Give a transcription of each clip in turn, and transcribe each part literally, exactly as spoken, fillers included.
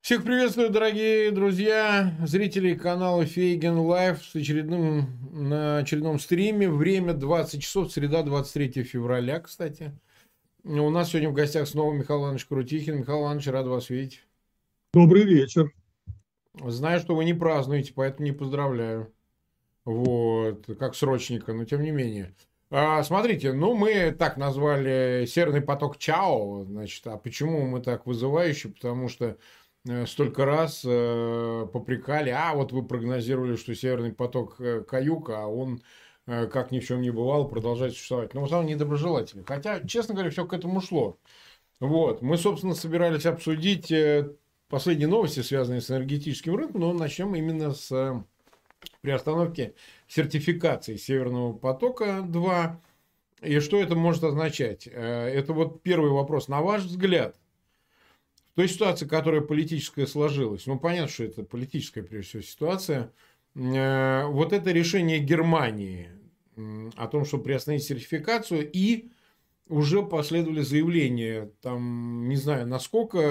Всех приветствую, дорогие друзья, зрители канала Фейген Лайв с очередным, на очередном стриме. Время двадцать часов, среда, двадцать третье февраля, кстати. У нас сегодня в гостях снова Михаил Иванович Крутихин. Михаил Иванович, рад вас видеть. Добрый вечер. Знаю, что вы не празднуете, поэтому не поздравляю. Вот, как срочника, но тем не менее. А, смотрите, ну мы так назвали Северный поток Чао, значит, а почему мы так вызывающе? Потому что э, столько раз э, попрекали, а вот вы прогнозировали, что Северный поток э, каюка, а он, э, как ни в чем не бывало, продолжает существовать. Но в основном недоброжелатели. Хотя, честно говоря, все к этому шло. Вот, мы, собственно, собирались обсудить э, последние новости, связанные с энергетическим рынком, но начнем именно с э, приостановки сертификации Северного потока-два. И что это может означать? Э, Это вот первый вопрос. На ваш взгляд, в той ситуации, которая политическая сложилась, ну, понятно, что это политическая, прежде всего, ситуация, э, вот это решение Германии м, о том, чтобы приостановить сертификацию, и уже последовали заявления, там, не знаю, насколько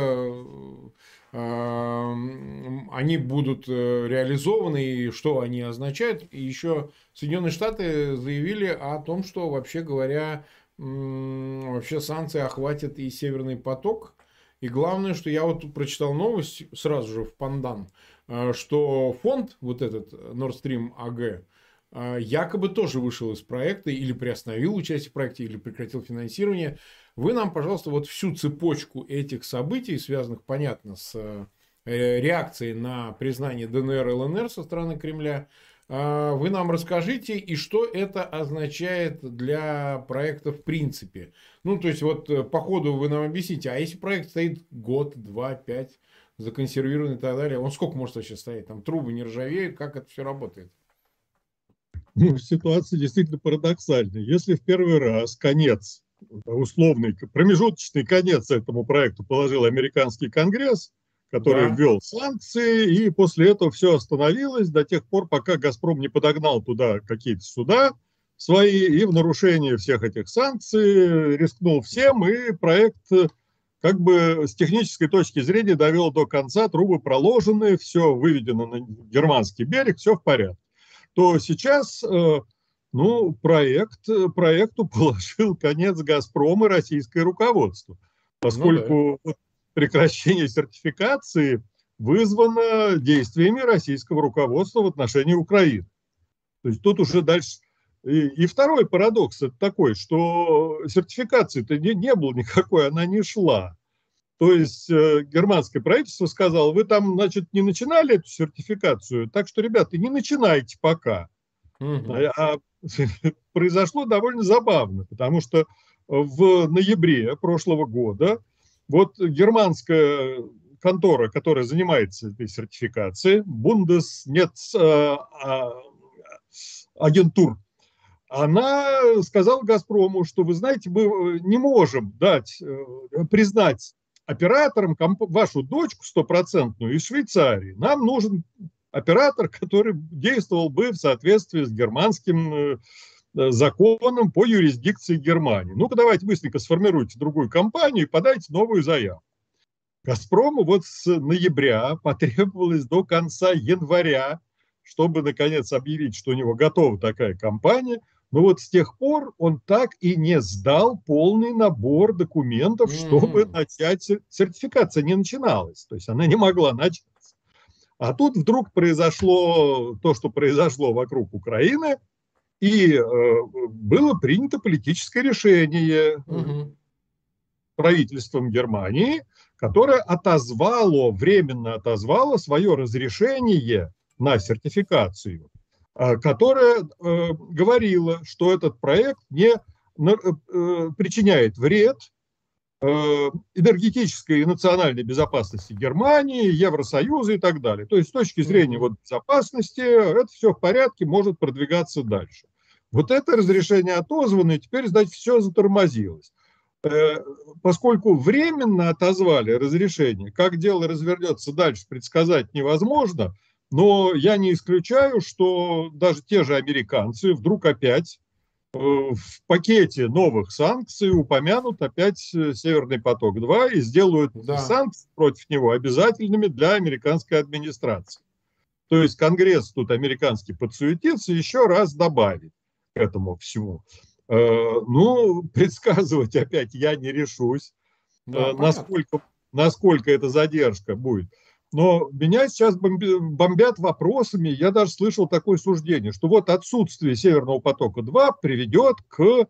э, они будут э, реализованы и что они означают. И еще Соединенные Штаты заявили о том, что, вообще говоря, м, вообще санкции охватят и Северный поток. И главное, что я вот тут прочитал новость сразу же в Пандан, э, что фонд, вот этот Nord Stream эй джи, а, якобы тоже вышел из проекта или приостановил участие в проекте, или прекратил финансирование. Вы нам, пожалуйста, вот всю цепочку этих событий, связанных, понятно, с э, реакцией на признание ДНР и ЛНР со стороны Кремля, а, вы нам расскажите, и что это означает для проекта в принципе. Ну, то есть, вот э, по ходу вы нам объясните, а если проект стоит год, два, пять, законсервирован и так далее, он сколько может вообще стоять? Там трубы не ржавеют, как это все работает? Ну, ситуация действительно парадоксальная. Если в первый раз конец, условный, промежуточный конец этому проекту положил американский Конгресс, который Да. ввел санкции, и после этого все остановилось до тех пор, пока «Газпром» не подогнал туда какие-то суда свои, и в нарушение всех этих санкций рискнул всем, и проект как бы с технической точки зрения довел до конца, трубы проложены, все выведено на германский берег, все в порядке. То сейчас, ну, проект, проекту положил конец «Газпром» и российское руководство, Ну да. поскольку прекращение сертификации вызвано действиями российского руководства в отношении Украины. То есть тут уже дальше... И, и второй парадокс это такой, что сертификации-то не, не было никакой, она не шла. То есть э, германское правительство сказало, вы там, значит, не начинали эту сертификацию, так что, ребята, не начинайте пока. Мгм. А, а произошло довольно забавно, потому что в ноябре прошлого года вот германская контора, которая занимается этой сертификацией, Бундеснетагентур, она сказала «Газпрому», что, вы знаете, мы не можем дать, признать оператором вашу дочку стопроцентную из Швейцарии. Нам нужен оператор, который действовал бы в соответствии с германским законом по юрисдикции Германии. Ну-ка, давайте быстренько сформируйте другую компанию и подайте новую заявку. «Газпрому» вот с ноября потребовалось до конца января, чтобы, наконец, объявить, что у него готова такая компания. Но вот с тех пор он так и не сдал полный набор документов, чтобы Мгм. начать сертификация. Не начиналась, то есть она не могла начаться. А тут вдруг произошло то, что произошло вокруг Украины, и э, было принято политическое решение Мгм. правительством Германии, которое отозвало, временно отозвало свое разрешение на сертификацию, которое э, говорило, что этот проект не э, причиняет вред э, энергетической и национальной безопасности Германии, Евросоюза и так далее. То есть с точки зрения Мгм. вот, безопасности это все в порядке, может продвигаться дальше. Вот это разрешение отозвано, и теперь, значит, все затормозилось. Поскольку временно отозвали разрешение, как дело развернется дальше, предсказать невозможно, но я не исключаю, что даже те же американцы вдруг опять в пакете новых санкций упомянут опять Северный поток-два и сделают Да. санкции против него обязательными для американской администрации. То есть Конгресс тут американский подсуетится, еще раз добавит к этому всему. Ну, предсказывать опять я не решусь, Да, понятно. насколько, насколько эта задержка будет. Но меня сейчас бомбят вопросами. Я даже слышал такое суждение, что вот отсутствие Северного потока-два приведет к, э,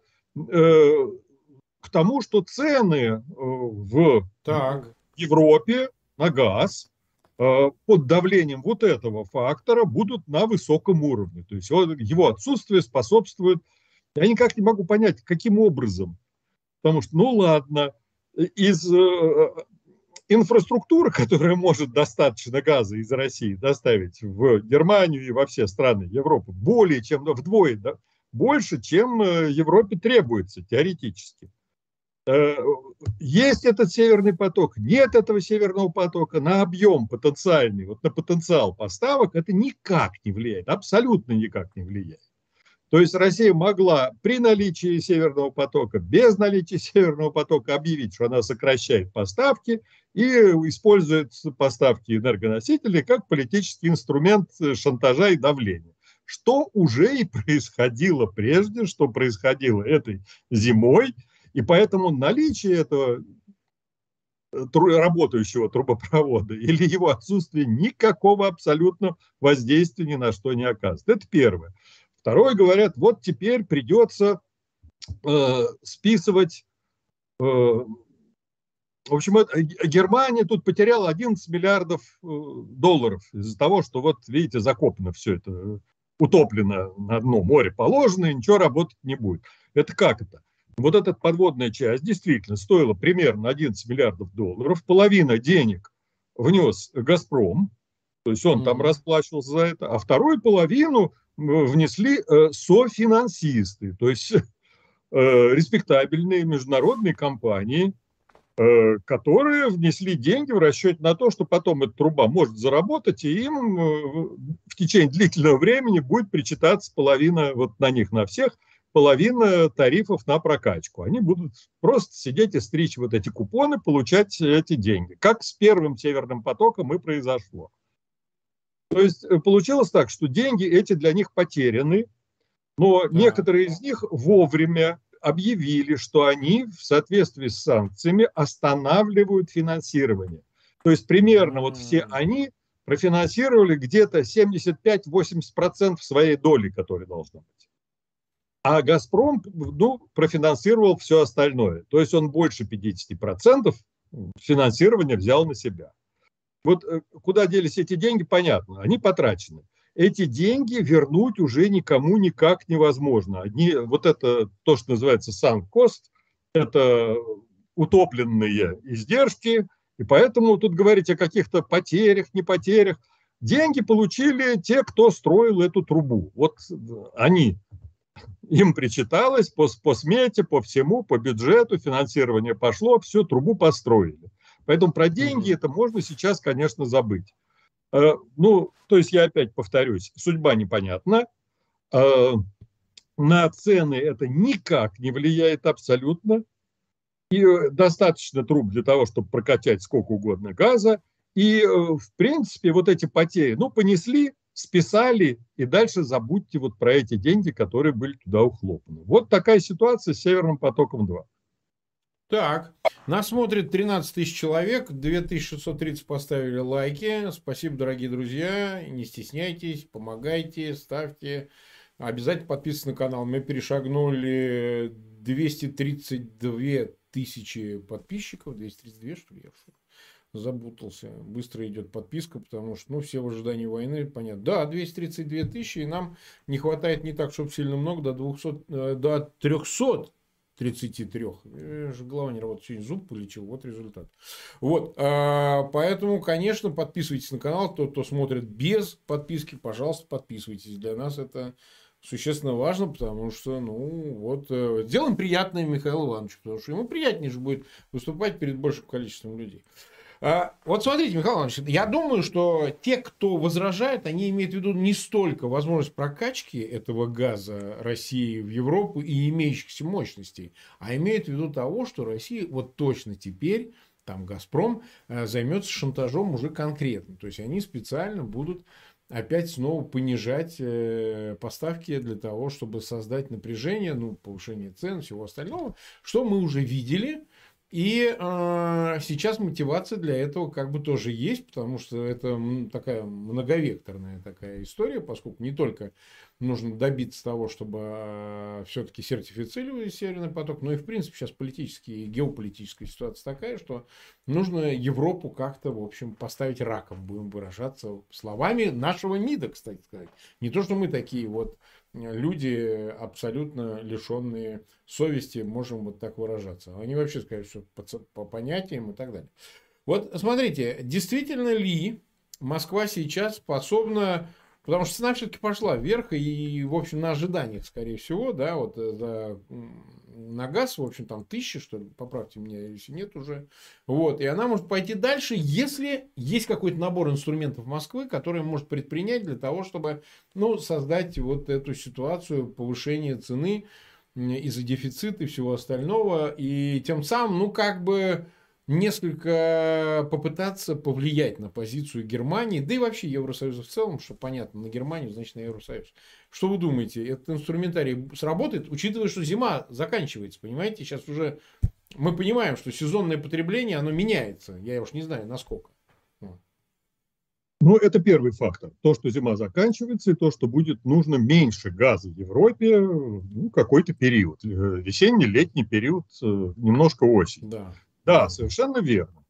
к тому, что цены в Так. Европе на газ э, под давлением вот этого фактора будут на высоком уровне. То есть его отсутствие способствует. Я никак не могу понять, каким образом. Потому что, ну ладно, из э, инфраструктуры, которая может достаточно газа из России доставить в Германию и во все страны Европы, более чем вдвое да, больше, чем Европе требуется теоретически. Есть этот Северный поток, нет этого Северного потока, на объем потенциальный, вот на потенциал поставок это никак не влияет, абсолютно никак не влияет. То есть Россия могла при наличии Северного потока, без наличия Северного потока объявить, что она сокращает поставки и использует поставки энергоносителей как политический инструмент шантажа и давления. Что уже и происходило прежде, что происходило этой зимой. И поэтому наличие этого работающего трубопровода или его отсутствие никакого абсолютно воздействия ни на что не оказывает. Это первое. Второе, говорят, вот теперь придется э, списывать. Э, в общем, это, Германия тут потеряла одиннадцать миллиардов э, долларов из-за того, что, вот видите, закопано все это, утоплено на дно, море положено, и ничего работать не будет. Это как это? Вот эта подводная часть действительно стоила примерно одиннадцать миллиардов долларов. Половина денег внес «Газпром», то есть он там расплачивался за это, а вторую половину внесли софинансисты, то есть респектабельные международные компании, которые внесли деньги в расчете на то, что потом эта труба может заработать, и им в течение длительного времени будет причитаться половина, вот на них, на всех, половина тарифов на прокачку. Они будут просто сидеть и стричь вот эти купоны, получать эти деньги. Как с первым Северным потоком и произошло. То есть получилось так, что деньги эти для них потеряны, но да. Некоторые из них вовремя объявили, что они в соответствии с санкциями останавливают финансирование. То есть примерно вот все они профинансировали где-то семьдесят пять - восемьдесят процентов своей доли, которая должна быть. А «Газпром» ну, профинансировал все остальное. То есть он больше пятьдесят процентов финансирования взял на себя. Вот куда делись эти деньги, понятно, они потрачены. Эти деньги вернуть уже никому никак невозможно. Одни, вот это то, что называется sunk cost, это утопленные издержки, и поэтому тут говорить о каких-то потерях, не потерях. Деньги получили те, кто строил эту трубу. Вот они, им причиталось по, по смете, по всему, по бюджету, финансирование пошло, всю трубу построили. Поэтому про деньги mm-hmm. это можно сейчас, конечно, забыть. Э, ну, то есть я опять повторюсь, судьба непонятна. Э, на цены это никак не влияет абсолютно. И достаточно труб для того, чтобы прокачать сколько угодно газа. И, э, в принципе, вот эти потери, ну, понесли, списали, и дальше забудьте вот про эти деньги, которые были туда ухлопаны. Вот такая ситуация с Северным потоком-два. Так, нас смотрит тринадцать тысяч человек, две тысячи шестьсот тридцать поставили лайки. Спасибо, дорогие друзья. Не стесняйтесь, помогайте, ставьте. Обязательно подписывайтесь на канал. Мы перешагнули двести тридцать две тысячи подписчиков. двести тридцать два, что ли, я запутался. Быстро идет подписка, потому что, ну, все в ожидании войны, понятно. Да, двести тридцать две тысячи, и нам не хватает не так, чтобы сильно много, до двухсот, до трехсот. тридцати трёх. Же голова не работает. Сегодня зуб полечил. Вот результат. Вот. Поэтому, конечно, подписывайтесь на канал. Тот, кто смотрит без подписки, пожалуйста, подписывайтесь. Для нас это существенно важно, потому что, ну, вот, сделаем приятное Михаилу Ивановичу, потому что ему приятнее же будет выступать перед большим количеством людей. А, вот смотрите, Михаил Иванович, я думаю, что те, кто возражает, они имеют в виду не столько возможность прокачки этого газа России в Европу и имеющихся мощностей, а имеют в виду того, что Россия вот точно теперь, там «Газпром», займется шантажом уже конкретно. То есть, они специально будут опять снова понижать поставки для того, чтобы создать напряжение, ну, повышение цен, всего остального, что мы уже видели. И э, сейчас мотивация для этого как бы тоже есть, потому что это такая многовекторная такая история, поскольку не только нужно добиться того, чтобы э, все-таки сертифицировали Северный поток, но и в принципе сейчас политические и геополитическая ситуация такая, что нужно Европу как-то, в общем, поставить раком, будем выражаться словами нашего МИДа, кстати сказать. Не то, что мы такие вот люди, абсолютно лишенные совести, можем вот так выражаться. Они вообще скажут, что по, по понятиям и так далее. Вот смотрите, действительно ли Москва сейчас способна, потому что цена все-таки пошла вверх, и, в общем, на ожиданиях, скорее всего, да, вот за, на газ, в общем, там тысяча, что ли, поправьте меня, если нет уже. Вот, и она может пойти дальше, если есть какой-то набор инструментов Москвы, который может предпринять для того, чтобы, ну, создать вот эту ситуацию повышения цены из-за дефицита и всего остального, и тем самым, ну, как бы несколько попытаться повлиять на позицию Германии, да и вообще Евросоюза в целом, что понятно, на Германию, значит, на Евросоюз. Что вы думаете, этот инструментарий сработает, учитывая, что зима заканчивается, понимаете, сейчас уже мы понимаем, что сезонное потребление, оно меняется, я уж не знаю, насколько. Ну, это первый фактор. То, что зима заканчивается, и то, что будет нужно меньше газа в Европе, ну, какой-то период. Весенний, летний период, немножко осень. Да. Да, совершенно верно.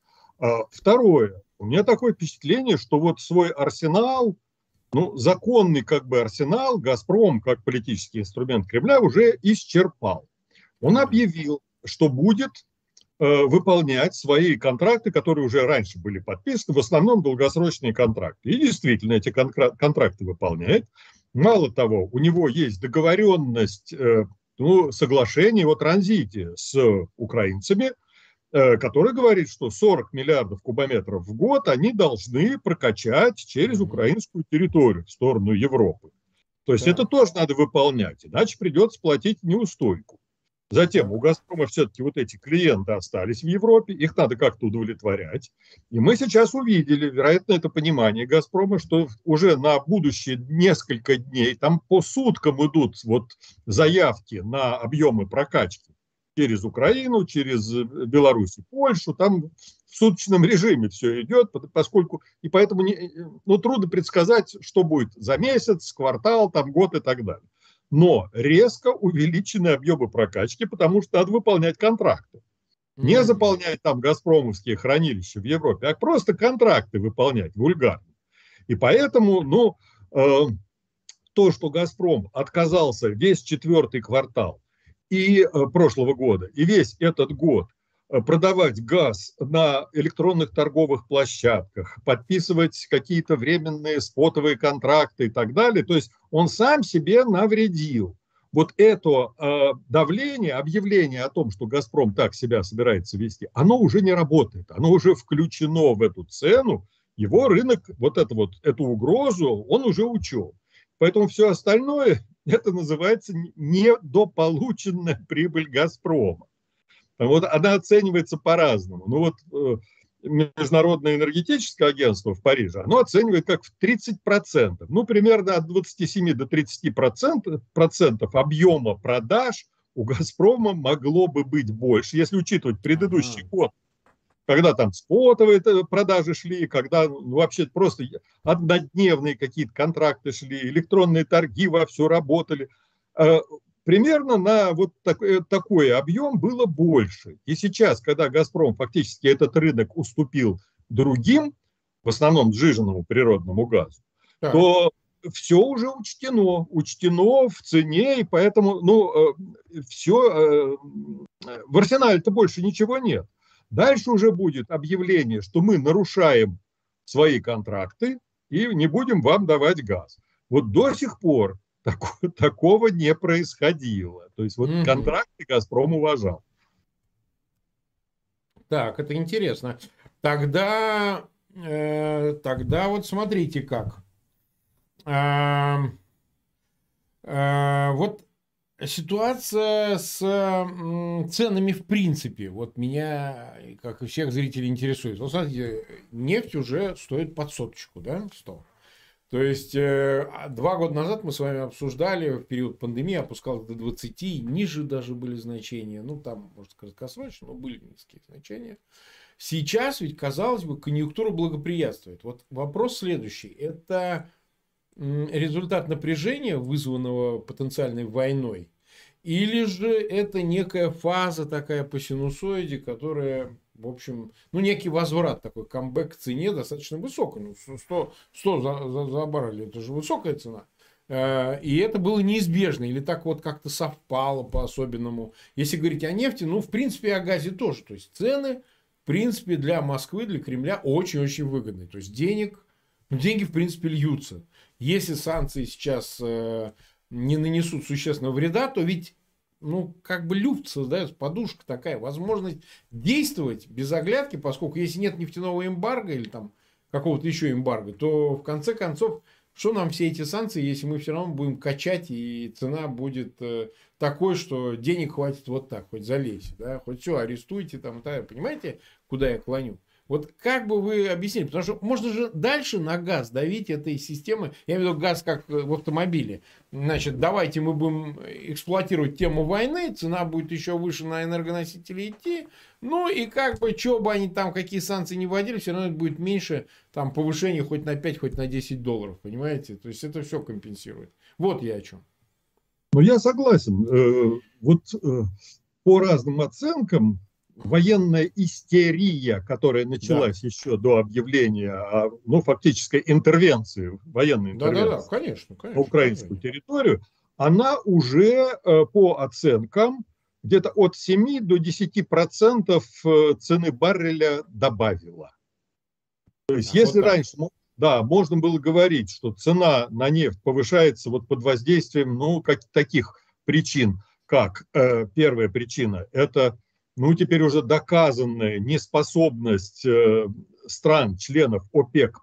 Второе. У меня такое впечатление, что вот свой арсенал, ну, законный как бы арсенал «Газпром» как политический инструмент Кремля уже исчерпал. Он объявил, что будет э, выполнять свои контракты, которые уже раньше были подписаны, в основном долгосрочные контракты. И действительно эти контракты выполняет. Мало того, у него есть договоренность, э, ну, соглашение о транзите с украинцами, который говорит, что сорок миллиардов кубометров в год они должны прокачать через украинскую территорию в сторону Европы. То есть да. Это тоже надо выполнять, иначе придется платить неустойку. Затем у «Газпрома» все-таки вот эти клиенты остались в Европе, их надо как-то удовлетворять. И мы сейчас увидели, вероятно, это понимание «Газпрома», что уже на будущие несколько дней, там по суткам идут вот заявки на объемы прокачки через Украину, через Беларусь и Польшу, там в суточном режиме все идет, поскольку, и поэтому не, ну, трудно предсказать, что будет за месяц, квартал, там, год и так далее. Но резко увеличены объемы прокачки, потому что надо выполнять контракты. Не заполнять там газпромовские хранилища в Европе, а просто контракты выполнять вульгарно. И поэтому, ну, э, то, что «Газпром» отказался весь четвертый квартал и э, прошлого года, и весь этот год продавать газ на электронных торговых площадках, подписывать какие-то временные спотовые контракты и так далее. То есть он сам себе навредил. Вот это э, давление, объявление о том, что «Газпром» так себя собирается вести, оно уже не работает. Оно уже включено в эту цену. Его рынок, вот, это вот эту угрозу, он уже учел. Поэтому все остальное, это называется недополученная прибыль «Газпрома». Вот она оценивается по-разному. Ну вот Международное энергетическое агентство в Париже, оно оценивает как в тридцать процентов. Ну, примерно от двадцати семи до тридцати процентов объема продаж у «Газпрома» могло бы быть больше, если учитывать предыдущий ага. год, когда там спотовые продажи шли, когда ну, вообще просто однодневные какие-то контракты шли, электронные торги вовсю работали. Примерно на вот такой, такой объем было больше. И сейчас, когда «Газпром» фактически этот рынок уступил другим, в основном сжиженному природному газу, так. то все уже учтено, учтено в цене, и поэтому ну, все, в арсенале-то больше ничего нет. Дальше уже будет объявление, что мы нарушаем свои контракты и не будем вам давать газ. Вот до сих пор Такого, такого не происходило. То есть вот mm-hmm. контракты «Газпром» уважал. Так, это интересно. Тогда, э, тогда вот смотрите как. А, а, вот ситуация с м, ценами в принципе, вот меня, как и всех зрителей, интересует. Вот смотрите, нефть уже стоит под соточку, да, сто. То есть, э, а два года назад мы с вами обсуждали, в период пандемии опускалось до двадцати, ниже даже были значения. Ну, там, может, краткосрочно, но были низкие значения. Сейчас ведь, казалось бы, конъюнктура благоприятствует. Вот вопрос следующий. Это результат напряжения, вызванного потенциальной войной, или же это некая фаза такая по синусоиде, которая, в общем, ну, некий возврат, такой камбэк к цене достаточно высокой. Ну, сто, сто за, за, за баррель, это же высокая цена. И это было неизбежно, или так вот как-то совпало по-особенному. Если говорить о нефти, ну, в принципе, и о газе тоже. То есть, цены, в принципе, для Москвы, для Кремля очень-очень выгодны. То есть, денег, ну, деньги, в принципе, льются. Если санкции сейчас э, не нанесут существенного вреда, то ведь, ну, как бы люфт создается, подушка такая, возможность действовать без оглядки, поскольку если нет нефтяного эмбарго или там какого-то еще эмбарго, то в конце концов, что нам все эти санкции, если мы все равно будем качать, и цена будет э, такой, что денег хватит вот так, хоть залезть, да, хоть все, арестуйте там, да, понимаете, куда я клоню? Вот как бы вы объяснили? Потому что можно же дальше на газ давить этой системы. Я имею в виду газ как в автомобиле. Значит, давайте мы будем эксплуатировать тему войны, цена будет еще выше на энергоносители идти. Ну и как бы, что бы они там, какие санкции не вводили, все равно это будет меньше там повышения хоть на пять, хоть на десять долларов. Понимаете? То есть это все компенсирует. Вот я о чем. Ну, я согласен. Э, Вот э, по разным оценкам, военная истерия, которая Да. началась еще до объявления, о, ну, фактической интервенции, военной Да, да, да, интервенции конечно, на конечно. украинскую территорию, она уже э, по оценкам где-то от семи до десяти процентов э, цены барреля добавила. То есть, Ах, вот если так. раньше, да, можно было говорить, что цена на нефть повышается вот под воздействием, ну, как, таких причин, как э, первая причина, это, ну, теперь уже доказанная неспособность э, стран, членов ОПЕК+,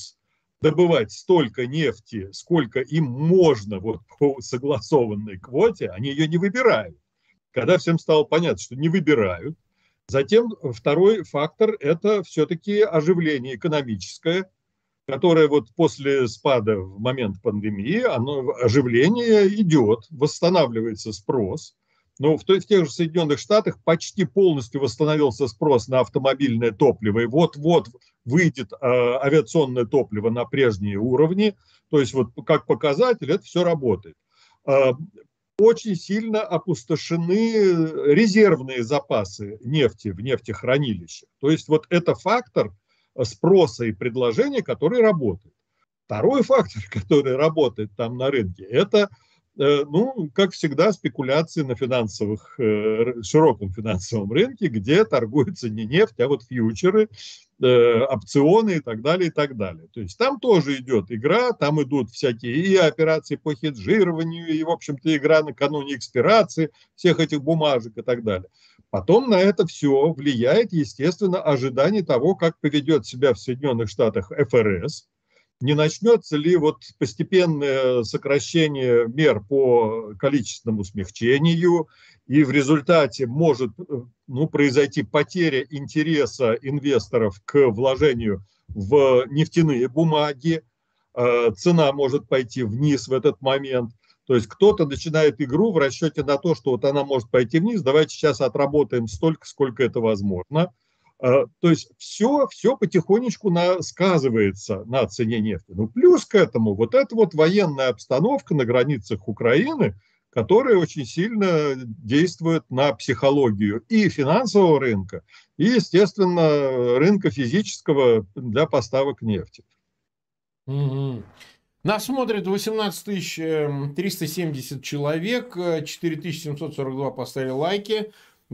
добывать столько нефти, сколько им можно вот по согласованной квоте, они ее не выбирают. Когда всем стало понятно, что не выбирают, затем второй фактор – это все-таки оживление экономическое, которое вот после спада в момент пандемии, оно, оживление идет, восстанавливается спрос. Но в, в тех же Соединенных Штатах почти полностью восстановился спрос на автомобильное топливо. И вот-вот выйдет э, авиационное топливо на прежние уровни. То есть вот как показатель это все работает. Э, очень сильно опустошены резервные запасы нефти в нефтехранилищах. То есть вот это фактор спроса и предложения, который работает. Второй фактор, который работает там на рынке, это, ну, как всегда, спекуляции на финансовых, широком финансовом рынке, где торгуется не нефть, а вот фьючеры, опционы и так далее, и так далее. То есть там тоже идет игра, там идут всякие и операции по хеджированию, и, в общем-то, игра накануне экспирации всех этих бумажек и так далее. Потом на это все влияет, естественно, ожидание того, как поведет себя в Соединенных Штатах эф эр эс, не начнется ли вот постепенное сокращение мер по количественному смягчению, и в результате может, ну, произойти потеря интереса инвесторов к вложению в нефтяные бумаги, цена может пойти вниз в этот момент. То есть кто-то начинает игру в расчете на то, что вот она может пойти вниз, давайте сейчас отработаем столько, сколько это возможно. То есть все, все потихонечку на, сказывается на цене нефти. Ну, плюс к этому вот эта вот военная обстановка на границах Украины, которая очень сильно действует на психологию и финансового рынка, и, естественно, рынка физического для поставок нефти. Угу. Нас смотрит восемнадцать тысяч триста семьдесят человек, четыре тысячи семьсот сорок два поставили лайки.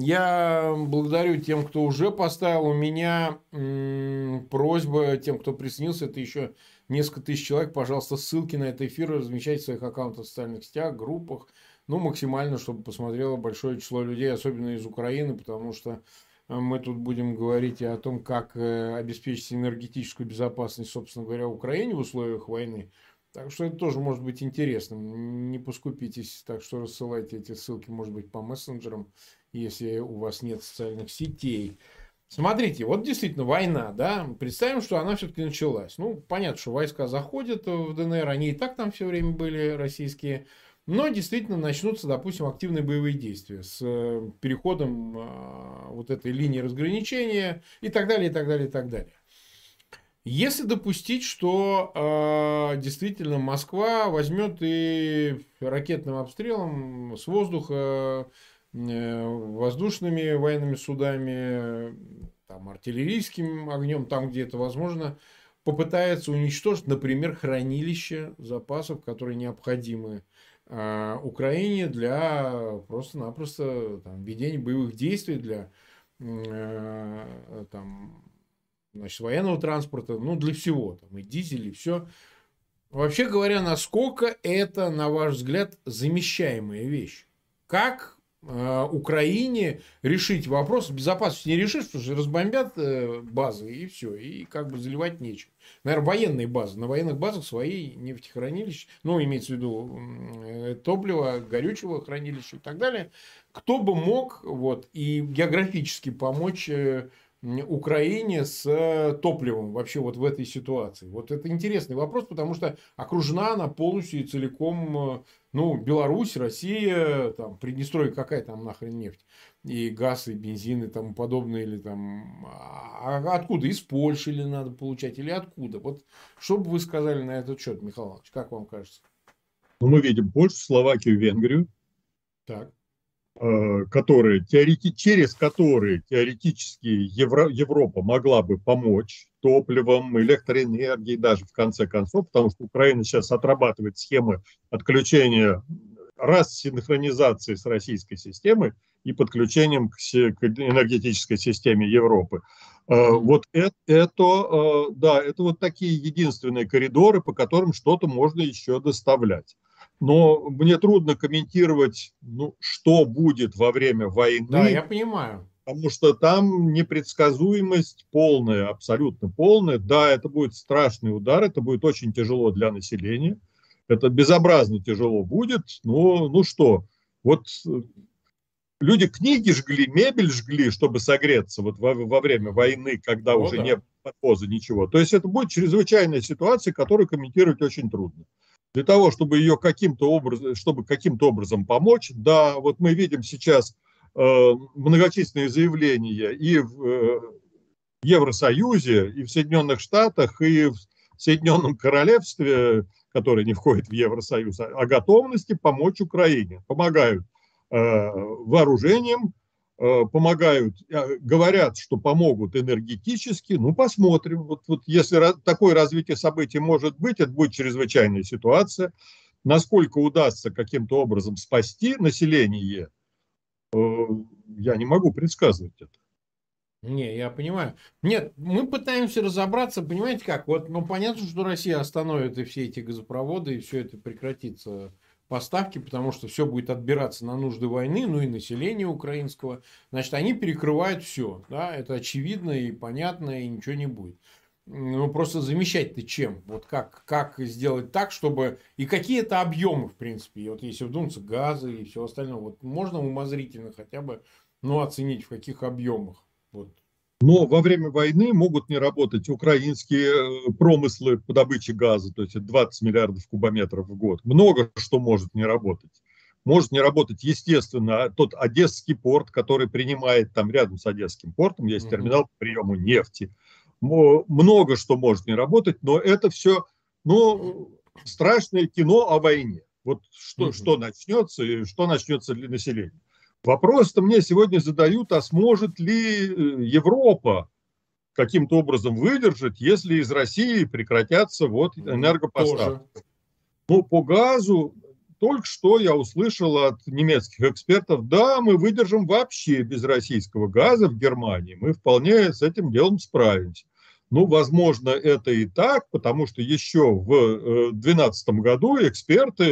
Я благодарю тем, кто уже поставил. У меня м, просьба тем, кто присоединился, это еще несколько тысяч человек. Пожалуйста, ссылки на этот эфир размещайте в своих аккаунтах в социальных сетях, группах. Ну, максимально, чтобы посмотрело большое число людей, особенно из Украины, потому что мы тут будем говорить и о том, как обеспечить энергетическую безопасность, собственно говоря, Украине в условиях войны. Так что это тоже может быть интересным. Не поскупитесь, так что рассылайте эти ссылки, может быть, по мессенджерам, если у вас нет социальных сетей. Смотрите, вот действительно война, да, представим, что она все-таки началась. Ну, понятно, что войска заходят в ДНР, они и так там все время были российские, но действительно начнутся, допустим, активные боевые действия с переходом вот этой линии разграничения и так далее, и так далее, и так далее. Если допустить, что э, действительно Москва возьмет и ракетным обстрелом с воздуха, э, воздушными военными судами, там, артиллерийским огнем, там, где это возможно, попытается уничтожить, например, хранилище запасов, которые необходимы э, Украине для просто-напросто там, ведения боевых действий, для э, там, значит, военного транспорта, ну, для всего, там, и дизель, и все. Вообще говоря, насколько это, на ваш взгляд, замещаемая вещь? Как э, Украине решить вопрос? Безопасности не решишь, потому что разбомбят э, базы, и все, и как бы заливать нечем. Наверное, военные базы. На военных базах свои нефтехранилища, ну, имеется в виду э, топливо, горючего хранилища и так далее. Кто бы мог вот, и географически помочь э, Украине с топливом вообще вот в этой ситуации? Вот это интересный вопрос, потому что окружена она полностью и целиком, ну, Беларусь, Россия, там, Приднестровье, какая там нахрен нефть, и газ, и бензин, и тому подобное, или там, а откуда? Из Польши или надо получать, или откуда? Вот, что бы вы сказали на этот счет, Михаил Иванович, как вам кажется? Ну, мы видим Польшу, Словакию, Венгрию. Так. Которые, теорети, через которые теоретически Евро, Европа могла бы помочь топливом, электроэнергией даже в конце концов, потому что Украина сейчас отрабатывает схемы отключения, рассинхронизации с российской системой и подключением к, к энергетической системе Европы. Mm-hmm. Вот это, это, да, это вот такие единственные коридоры, по которым что-то можно еще доставлять. Но мне трудно комментировать, ну, что будет во время войны. Да, я понимаю. Потому что там непредсказуемость полная, абсолютно полная. Да, это будет страшный удар, это будет очень тяжело для населения. Это безобразно тяжело будет. Но, ну что, вот люди книги жгли, мебель жгли, чтобы согреться вот во, во время войны, когда О, уже да. не подвоза ничего. То есть это будет чрезвычайная ситуация, которую комментировать очень трудно. Для того, чтобы ее каким-то образом, чтобы каким-то образом помочь, да, вот мы видим сейчас э, многочисленные заявления и в э, Евросоюзе, и в Соединенных Штатах, и в Соединенном Королевстве, которое не входит в Евросоюз, о готовности помочь Украине. Помогают э, вооружением, э, помогают, э, говорят, что помогут энергетически. Ну, посмотрим. Вот, вот если раз, такое развитие событий может быть, это будет чрезвычайная ситуация. Насколько удастся каким-то образом спасти население, э, я не могу предсказывать это. Не, я понимаю. Нет, мы пытаемся разобраться, понимаете как? Вот, ну, понятно, что Россия остановит и все эти газопроводы, и все это прекратится, поставки, потому что все будет отбираться на нужды войны, ну и населения украинского. Значит, они перекрывают все. Да? Это очевидно и понятно, и ничего не будет. Ну, просто замещать-то чем? Вот как, как сделать так, чтобы... И какие это объемы, в принципе? И вот если вдуматься, газы и все остальное. Вот можно умозрительно хотя бы, ну, оценить, в каких объемах? Вот. Но во время войны могут не работать украинские промыслы по добыче газа, то есть двадцать миллиардов кубометров в год. Много что может не работать. Может не работать, естественно, тот Одесский порт, который принимает, там рядом с Одесским портом есть uh-huh. терминал по приему нефти. Много что может не работать, но это все, ну, страшное кино о войне. Вот что, uh-huh. что начнется и что начнется для населения. Вопрос-то мне сегодня задают, а сможет ли Европа каким-то образом выдержать, если из России прекратятся вот энергопоставки? Тоже. Ну, по газу только что я услышал от немецких экспертов, да, мы выдержим вообще без российского газа в Германии, мы вполне с этим делом справимся. Ну, возможно, это и так, потому что еще в две тысячи двенадцатом году эксперты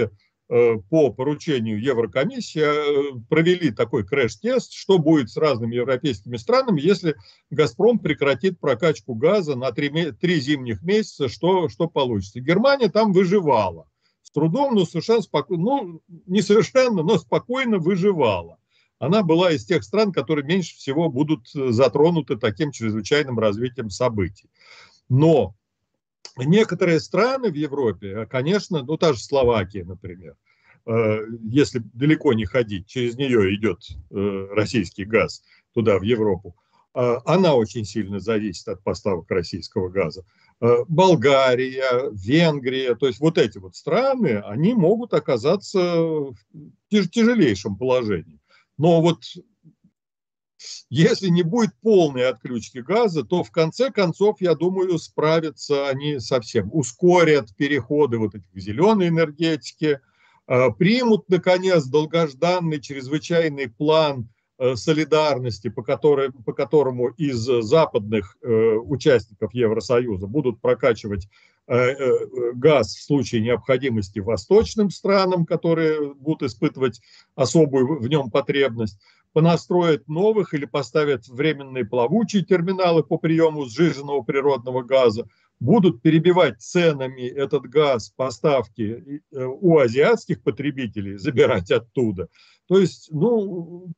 по поручению Еврокомиссии провели такой крэш-тест, что будет с разными европейскими странами, если «Газпром» прекратит прокачку газа на три, три зимних месяца, что, что получится. Германия там выживала. С трудом, но совершенно спокойно, ну, не совершенно, но спокойно выживала. Она была из тех стран, которые меньше всего будут затронуты таким чрезвычайным развитием событий. Но некоторые страны в Европе, конечно, ну та же Словакия, например, если далеко не ходить, через нее идет российский газ туда, в Европу, она очень сильно зависит от поставок российского газа. Болгария, Венгрия, то есть вот эти вот страны, они могут оказаться в тяжелейшем положении. Но вот если не будет полной отключки газа, то в конце концов, я думаю, справятся они совсем. Ускорят переходы вот этих к зеленой энергетике, примут, наконец, долгожданный чрезвычайный план солидарности, по, которой, по которому из западных участников Евросоюза будут прокачивать газ в случае необходимости восточным странам, которые будут испытывать особую в нем потребность, понастроят новых или поставят временные плавучие терминалы по приему сжиженного природного газа, будут перебивать ценами этот газ, поставки у азиатских потребителей, забирать оттуда. То есть, ну,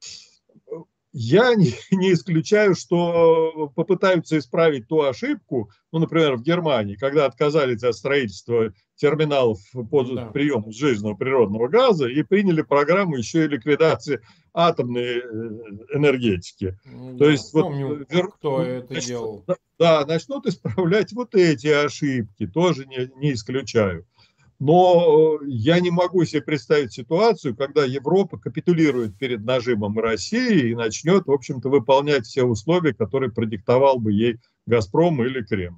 я не, не исключаю, что попытаются исправить ту ошибку, ну, например, в Германии, когда отказались от строительства терминалов по да. приему сжиженного природного газа и приняли программу еще и ликвидации атомной энергетики. Да, то есть, помню, вот, кто вот, это начнут, делал. Да, начнут исправлять вот эти ошибки, тоже не, не исключаю. Но я не могу себе представить ситуацию, когда Европа капитулирует перед нажимом России и начнет, в общем-то, выполнять все условия, которые продиктовал бы ей «Газпром» или Кремль.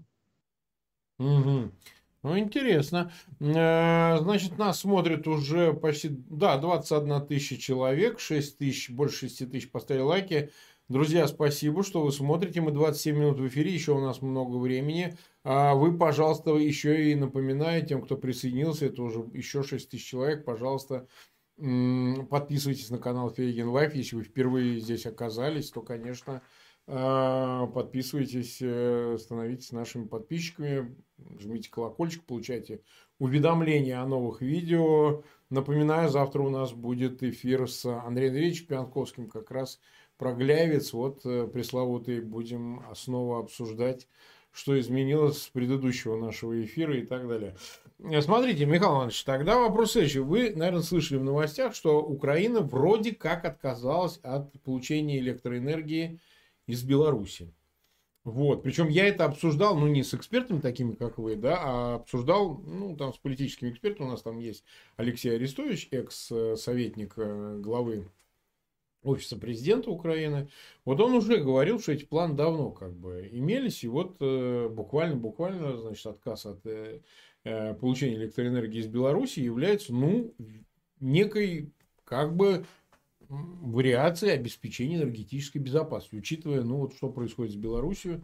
Угу. Ну, интересно. Значит, нас смотрит уже почти, да, двадцать одна тысяча человек, шесть тысяч, больше шести тысяч поставили лайки. Друзья, спасибо, что вы смотрите. Мы двадцать семь минут в эфире, еще у нас много времени. Вы, пожалуйста, еще и напоминаю тем, кто присоединился, это уже еще шесть тысяч человек, пожалуйста, подписывайтесь на канал Фейгин Лайф. Если вы впервые здесь оказались, то, конечно, подписывайтесь, становитесь нашими подписчиками, жмите колокольчик, получайте уведомления о новых видео. Напоминаю, завтра у нас будет эфир с Андреем Андреевичем Пьянковским, как раз про Гляйвиц, вот пресловутый, будем снова обсуждать, что изменилось с предыдущего нашего эфира и так далее. Смотрите, Михаил Иванович, тогда вопрос следующий. Вы, наверное, слышали в новостях, что Украина вроде как отказалась от получения электроэнергии из Беларуси. Вот. Причем я это обсуждал, ну, не с экспертами такими, как вы, да, а обсуждал, ну, там, с политическими экспертами. У нас там есть Алексей Арестович, экс-советник главы Офиса президента Украины. Вот он уже говорил, что эти планы давно как бы имелись. И вот буквально-буквально, значит, отказ от э, получения электроэнергии из Беларуси является, ну, некой, как бы, вариацией обеспечения энергетической безопасности, учитывая, ну, вот что происходит с Беларусью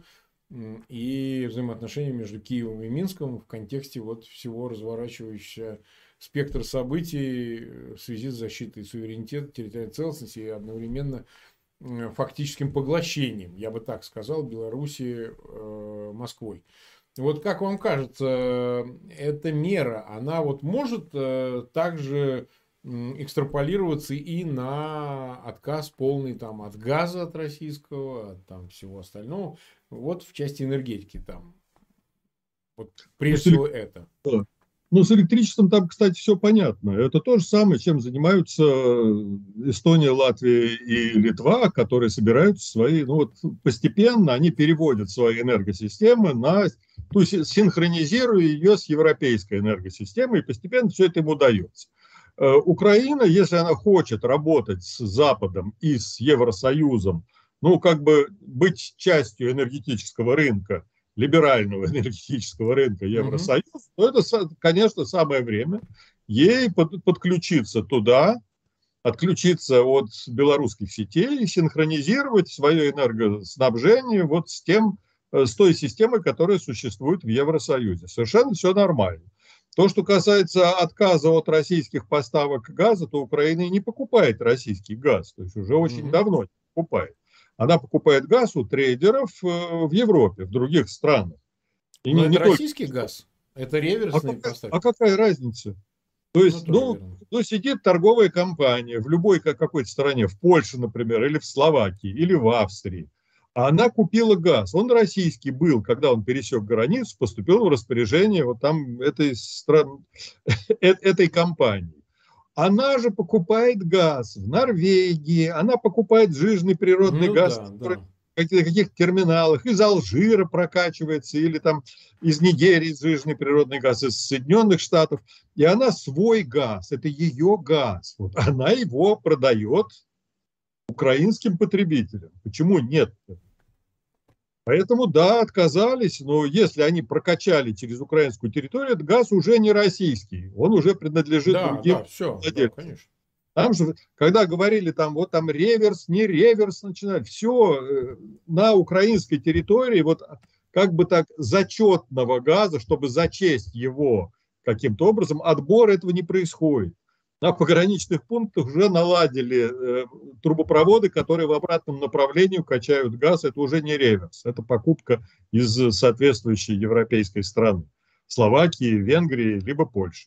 и взаимоотношения между Киевом и Минском в контексте вот всего разворачивающегося спектра событий в связи с защитой суверенитета, территориальной целостности и одновременно фактическим поглощением, я бы так сказал, Беларуси э, Москвой. Вот как вам кажется, эта мера, она вот может э, также экстраполироваться и на отказ полный там от газа от российского, от там всего остального, вот в части энергетики там. Вот прежде всего это. Ну, с электричеством там, кстати, все понятно. Это то же самое, чем занимаются Эстония, Латвия и Литва, которые собираются свои, ну вот постепенно они переводят свои энергосистемы на, то есть синхронизируя ее с европейской энергосистемой, и постепенно все это им удается. Украина, если она хочет работать с Западом и с Евросоюзом, ну, как бы быть частью энергетического рынка, либерального энергетического рынка Евросоюз, mm-hmm. то это, конечно, самое время ей под, подключиться туда, отключиться от белорусских сетей и синхронизировать свое энергоснабжение вот с тем, с той системой, которая существует в Евросоюзе. Совершенно все нормально. То, что касается отказа от российских поставок газа, то Украина и не покупает российский газ, то есть уже очень Мгм. давно не покупает. Она покупает газ у трейдеров э, в Европе, в других странах. И Но не, это не только. российский газ? Это А реверсные какая, а поставки? какая разница? То Ну, есть, тоже ну, верно. ну, сидит торговая компания в любой какой-то стране, в Польше, например, или в Словакии, или в Австрии. А она купила газ. Он российский был, когда он пересек границу, поступил в распоряжение вот там этой, стран... этой компании. Она же покупает газ в Норвегии, она покупает жирный природный Ну газ да, в да. каких-то каких терминалах, из Алжира прокачивается, или там из Нигерии жирный природный газ, из Соединенных Штатов. И она свой газ, это ее газ. Вот она его продает украинским потребителям. Почему нет? Поэтому, да, отказались, но если они прокачали через украинскую территорию, этот газ уже не российский, он уже принадлежит Да, другим да, все, да, владельцам. конечно. Там же, когда говорили, там, вот там реверс, не реверс начинали, все на украинской территории, вот как бы так зачетного газа, чтобы зачесть его каким-то образом, отбор этого не происходит. На пограничных пунктах уже наладили э, трубопроводы, которые в обратном направлении качают газ. Это уже не реверс, это покупка из соответствующей европейской страны. Словакии, Венгрии, либо Польши.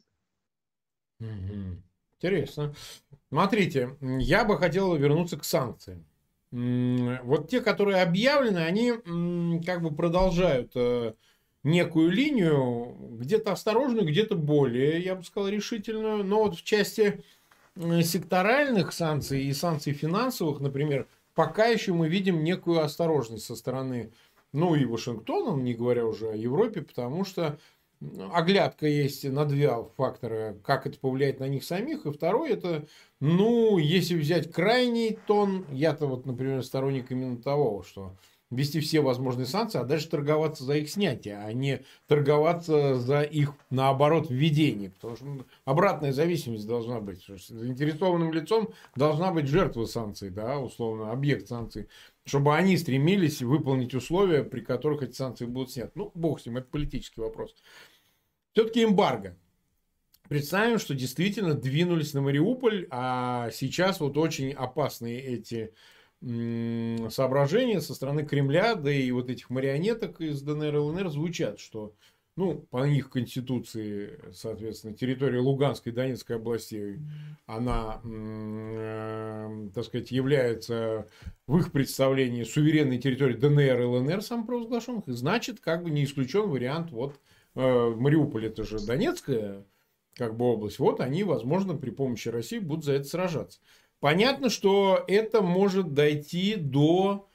Мгм. Интересно. Смотрите, м, я бы хотел вернуться к санкциям. М, Вот те, которые объявлены, они м, как бы продолжают э, некую линию, где-то осторожную, где-то более, я бы сказал, решительную. Но вот в части э, секторальных санкций и санкций финансовых, например, пока еще мы видим некую осторожность со стороны, ну и Вашингтона, не говоря уже о Европе, потому что ну, оглядка есть на два фактора, как это повлияет на них самих, и второй это, ну, если взять крайний тон, я-то вот, например, сторонник именно того, что ввести все возможные санкции, а дальше торговаться за их снятие, а не торговаться за их, наоборот, введение. Потому что ну, обратная зависимость должна быть. Заинтересованным лицом должна быть жертва санкций, да, условно, объект санкций, чтобы они стремились выполнить условия, при которых эти санкции будут сняты. Ну, бог с ним, это политический вопрос. Все-таки эмбарго. Представим, что действительно двинулись на Мариуполь, а сейчас вот очень опасные эти м, соображения со стороны Кремля, да и вот этих марионеток из ДНР и ЛНР звучат, что ну, по их конституции, соответственно, территория Луганской и Донецкой областей, она, м, э, так сказать, является в их представлении суверенной территорией ДНР и ЛНР самопровозглашенных, и значит, как бы не исключен вариант вот э, Мариуполь, это же Донецкая как бы область, вот они, возможно, при помощи России будут за это сражаться. Понятно, что это может дойти до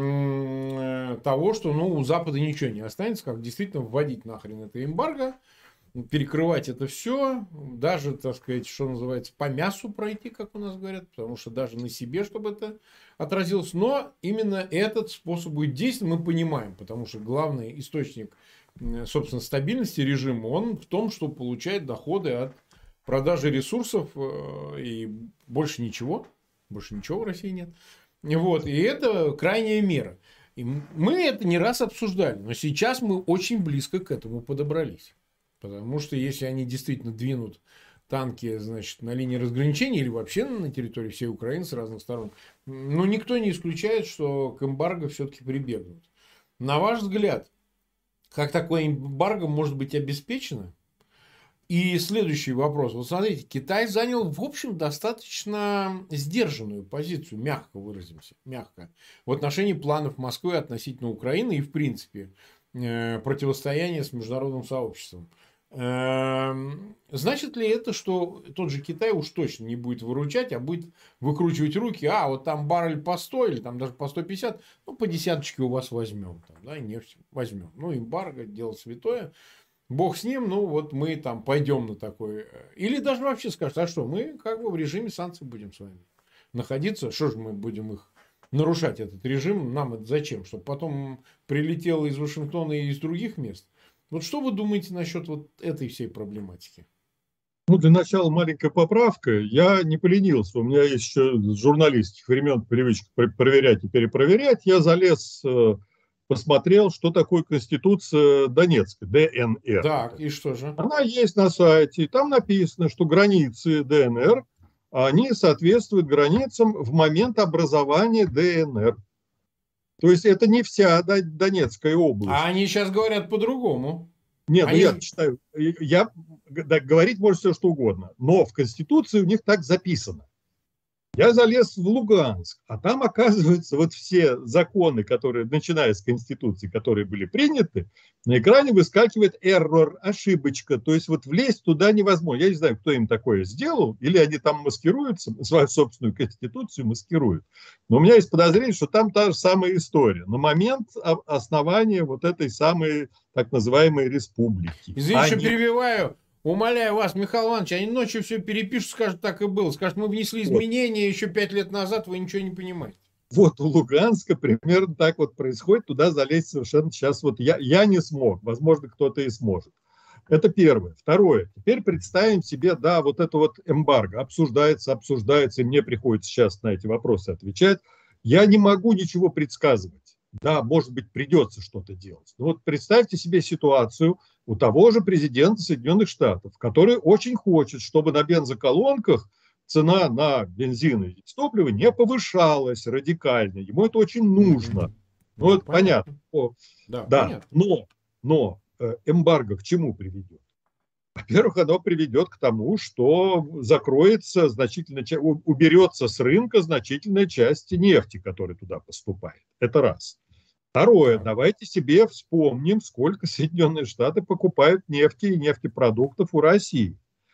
м, того, что ну, у Запада ничего не останется, как действительно вводить нахрен это эмбарго, перекрывать это все, даже, так сказать, что называется, по мясу пройти, как у нас говорят, потому что даже на себе, чтобы это отразилось. Но именно этот способ будет действовать, мы понимаем, потому что главный источник, собственно, стабильности режима, он в том, что получает доходы от продажи ресурсов и больше ничего. Больше ничего в России нет. Вот. И это крайняя мера. И мы это не раз обсуждали, но сейчас мы очень близко к этому подобрались. Потому что если они действительно двинут танки, значит, на линии разграничения или вообще на территории всей Украины с разных сторон, ну, никто не исключает, что к эмбарго все-таки прибегнут. На ваш взгляд, как такое эмбарго может быть обеспечено? И следующий вопрос. Вот смотрите, Китай занял, в общем, достаточно сдержанную позицию, мягко выразимся, мягко, в отношении планов Москвы относительно Украины и, в принципе, противостояния с международным сообществом. Значит ли это, что тот же Китай уж точно не будет выручать, а будет выкручивать руки, а вот там баррель по сто или там даже по сто пятьдесят, ну, по десяточке у вас возьмем, там, да, нефть возьмем. Ну, эмбарго, дело святое. Бог с ним, ну вот мы там пойдем на такой. Или даже вообще скажут, а что, мы как бы в режиме санкций будем с вами находиться. Что же мы будем их нарушать, этот режим? Нам это зачем? Чтобы потом прилетело из Вашингтона и из других мест? Вот что вы думаете насчет вот этой всей проблематики? Ну, для начала маленькая поправка. Я не поленился. У меня есть еще с журналистских времен привычка проверять и перепроверять. Я залез посмотрел, что такое Конституция Донецкой, ДНР. Так, и что же? Она есть на сайте, и там написано, что границы ДНР, они соответствуют границам в момент образования ДНР. То есть это не вся Донецкая область. А они сейчас говорят по-другому. Нет, они... ну я читаю, я, да, говорить может все что угодно, но в Конституции у них так записано. Я залез в Луганск, а там, оказывается, вот все законы, которые, начиная с Конституции, которые были приняты, на экране выскакивает error, ошибочка. То есть вот влезть туда невозможно. Я не знаю, кто им такое сделал, или они там маскируются, свою собственную Конституцию маскируют. Но у меня есть подозрение, что там та же самая история. На момент основания вот этой самой так называемой республики. Извините, что перебиваю. Умоляю вас, Михаил Иванович, они ночью все перепишут, скажут, так и было. Скажут, мы внесли изменения вот. Еще пять лет назад, вы ничего не понимаете. Вот у Луганска примерно так вот происходит. Туда залезть совершенно сейчас вот я, я не смог. Возможно, кто-то и сможет. Это первое. Второе. Теперь представим себе, да, вот это вот эмбарго. Обсуждается, обсуждается, и мне приходится сейчас на эти вопросы отвечать. Я не могу ничего предсказывать. Да, может быть, придется что-то делать. Но вот представьте себе ситуацию у того же президента Соединенных Штатов, который очень хочет, чтобы на бензоколонках цена на бензин и топливо не повышалась радикально. Ему это очень нужно. Mm-hmm. Ну, это понятно. понятно. Да, да. понятно. Но, но эмбарго к чему приведет? Во-первых, оно приведет к тому, что закроется значительно, уберется с рынка значительная часть нефти, которая туда поступает. Это раз. Второе. Давайте себе вспомним, сколько Соединенные Штаты покупают нефти и нефтепродуктов у России.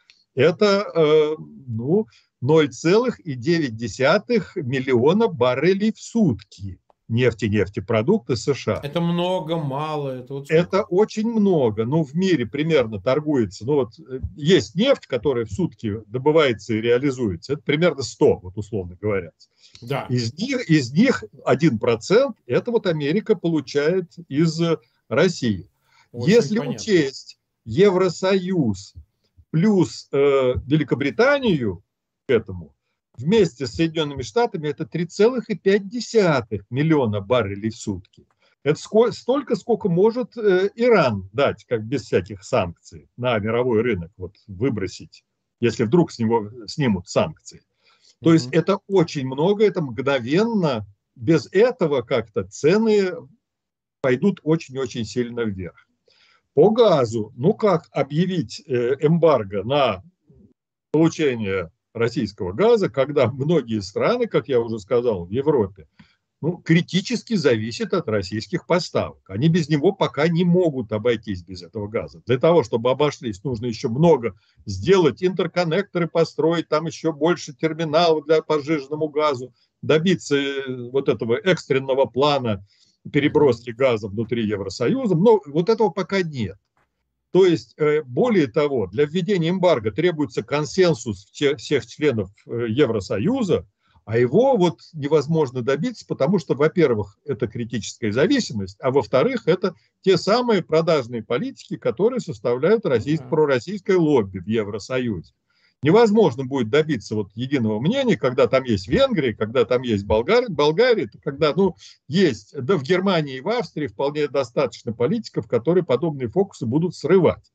Это э, ну, ноль целых девять десятых миллиона баррелей в сутки нефти, нефтепродукты США. Это много, мало? Это, вот это очень много. Но в мире примерно торгуется. Ну вот есть нефть, которая в сутки добывается и реализуется. Это примерно сто, вот условно говоря. Да. Из них, из них один процент это вот Америка получает из России. Очень Если понятно. Учесть Евросоюз плюс э, Великобританию к этому, вместе с Соединенными Штатами это три целых пять десятых миллиона баррелей в сутки. Это сколько, столько, сколько может э, Иран дать, как без всяких санкций, на мировой рынок вот, выбросить, если вдруг с него снимут санкции. То mm-hmm. есть это очень много, это мгновенно. Без этого как-то цены пойдут очень-очень сильно вверх. По газу, ну как объявить э, эмбарго на получение российского газа, когда многие страны, как я уже сказал, в Европе, ну, критически зависят от российских поставок. Они без него пока не могут обойтись без этого газа. Для того, чтобы обошлись, нужно еще много сделать, интерконнекторы построить, там еще больше терминалов для по сжиженному газу, добиться вот этого экстренного плана переброски газа внутри Евросоюза. Но вот этого пока нет. То есть, более того, для введения эмбарго требуется консенсус всех членов Евросоюза, а его вот невозможно добиться, потому что, во-первых, это критическая зависимость, а во-вторых, это те самые продажные политики, которые составляют российск... пророссийское лобби в Евросоюзе. Невозможно будет добиться вот единого мнения, когда там есть Венгрия, когда там есть Болгар... Болгария, когда ну, есть, да в Германии и в Австрии вполне достаточно политиков, которые подобные фокусы будут срывать.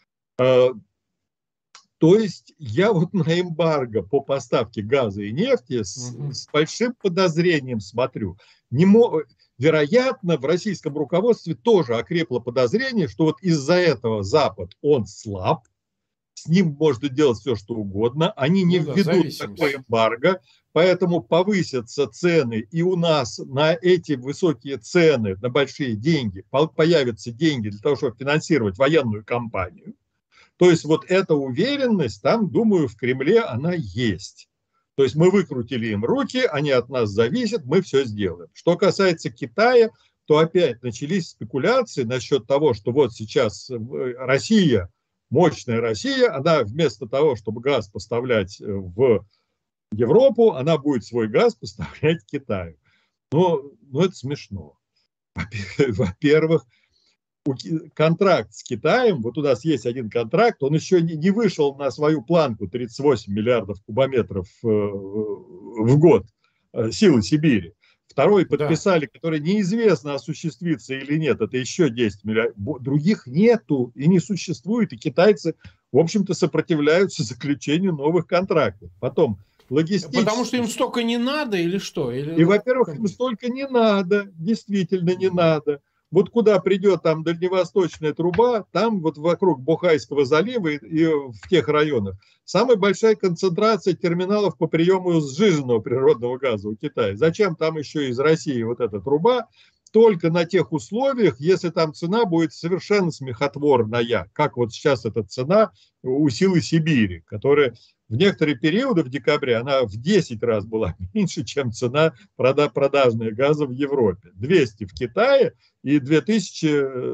То есть я вот на эмбарго по поставке газа и нефти с, угу. с большим подозрением смотрю. Не мо... Вероятно, в российском руководстве тоже окрепло подозрение, что вот из-за этого Запад, он слаб, с ним можно делать все, что угодно, они не ну, введут да, такое эмбарго, поэтому повысятся цены, и у нас на эти высокие цены, на большие деньги, появятся деньги для того, чтобы финансировать военную кампанию. То есть вот эта уверенность, там, думаю, в Кремле она есть. То есть мы выкрутили им руки, они от нас зависят, мы все сделаем. Что касается Китая, то опять начались спекуляции насчет того, что вот сейчас Россия, мощная Россия, она вместо того, чтобы газ поставлять в Европу, она будет свой газ поставлять Китаю. Ну, ну это смешно. Во-первых, контракт с Китаем, вот у нас есть один контракт, он еще не вышел на свою планку тридцать восемь миллиардов кубометров в год силы Сибири. Второй Да. подписали, который неизвестно, осуществится или нет. Это еще десять миллиардов. Других нету и не существует. И китайцы, в общем-то, сопротивляются заключению новых контрактов. Потом Потому что логистически. им столько не надо или что? Или... И, во-первых, им столько не надо, действительно не надо. Вот куда придет там дальневосточная труба, там вот вокруг Бухайского залива и, и в тех районах самая большая концентрация терминалов по приему сжиженного природного газа у Китая. Зачем там еще из России вот эта труба? Только на тех условиях, если там цена будет совершенно смехотворная, как вот сейчас эта цена у Силы Сибири, которая в некоторые периоды в декабре она в десять раз была меньше, чем цена продажная газа в Европе. двести в Китае и две тысячи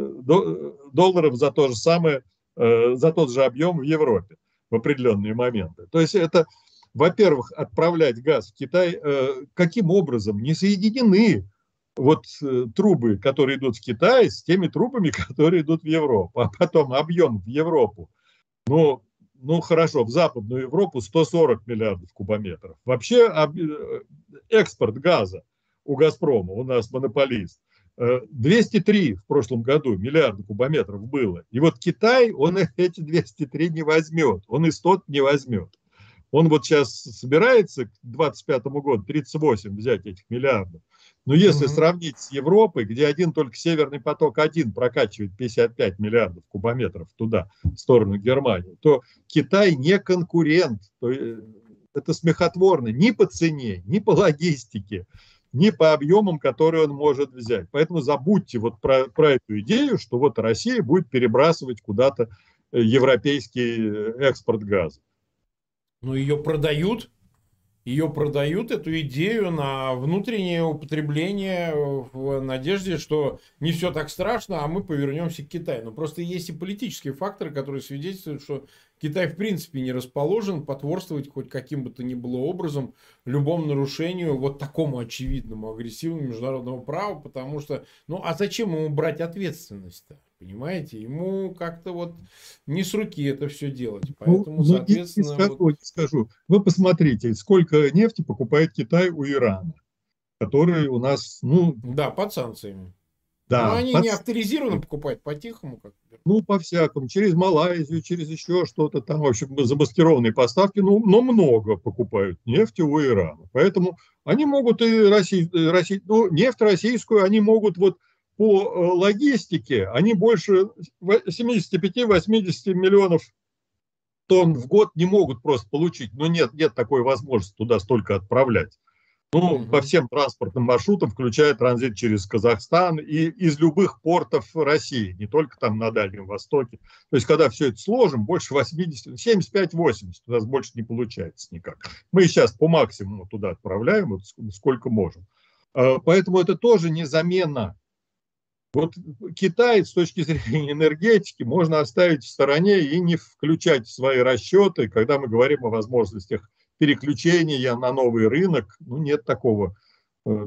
долларов за то же самое, за тот же объем в Европе в определенные моменты. То есть это, во-первых, отправлять газ в Китай, каким образом не соединены вот трубы, которые идут в Китай, с теми трубами, которые идут в Европу, а потом объем в Европу. Ну, ну хорошо, в Западную Европу сто сорок миллиардов кубометров. Вообще экспорт газа у «Газпрома», у нас монополист, двести три в прошлом году миллиарда кубометров было. И вот Китай, он эти двести три не возьмет, он и сто не возьмет. Он вот сейчас собирается к двадцать пятому году тридцать восемь взять этих миллиардов. Но если mm-hmm. сравнить с Европой, где один только Северный поток-один прокачивает пятьдесят пять миллиардов кубометров туда, в сторону Германии, то Китай не конкурент. То это смехотворно ни по цене, ни по логистике, ни по объемам, которые он может взять. Поэтому забудьте вот про, про эту идею, что вот Россия будет перебрасывать куда-то европейский экспорт газа. Ну, ее продают. Ее продают, эту идею, на внутреннее употребление в надежде, что не все так страшно, а мы повернемся к Китаю. Но просто есть и политические факторы, которые свидетельствуют, что Китай в принципе не расположен потворствовать хоть каким бы то ни было образом любому нарушению вот такому очевидному, агрессивному международного права, потому что, ну а зачем ему брать ответственность-то? Понимаете, ему как-то вот не с руки это все делать. Поэтому, ну, соответственно... Не скажу, вот... не скажу. Вы посмотрите, сколько нефти покупает Китай у Ирана, который у нас, ну... Да, под санкциями. Да, но они под... не авторизированно покупают, по-тихому как. Ну, по-всякому, через Малайзию, через еще что-то там, в общем, замаскированные поставки, ну, но много покупают нефти у Ирана. Поэтому они могут и Россию, Россию, ну, нефть российскую, они могут вот по логистике, они больше семьдесят пять - восемьдесят миллионов тонн в год не могут просто получить. Но нет, нет такой возможности туда столько отправлять. Ну, угу. По всем транспортным маршрутам, включая транзит через Казахстан и из любых портов России, не только там на Дальнем Востоке. То есть, когда все это сложим, больше восемьдесят, семьдесят пять - восемьдесят, у нас больше не получается никак. Мы сейчас по максимуму туда отправляем, вот сколько можем. Поэтому это тоже не замена. Вот Китай с точки зрения энергетики можно оставить в стороне и не включать в свои расчеты, когда мы говорим о возможностях переключения на новый рынок. Ну, нет такого э,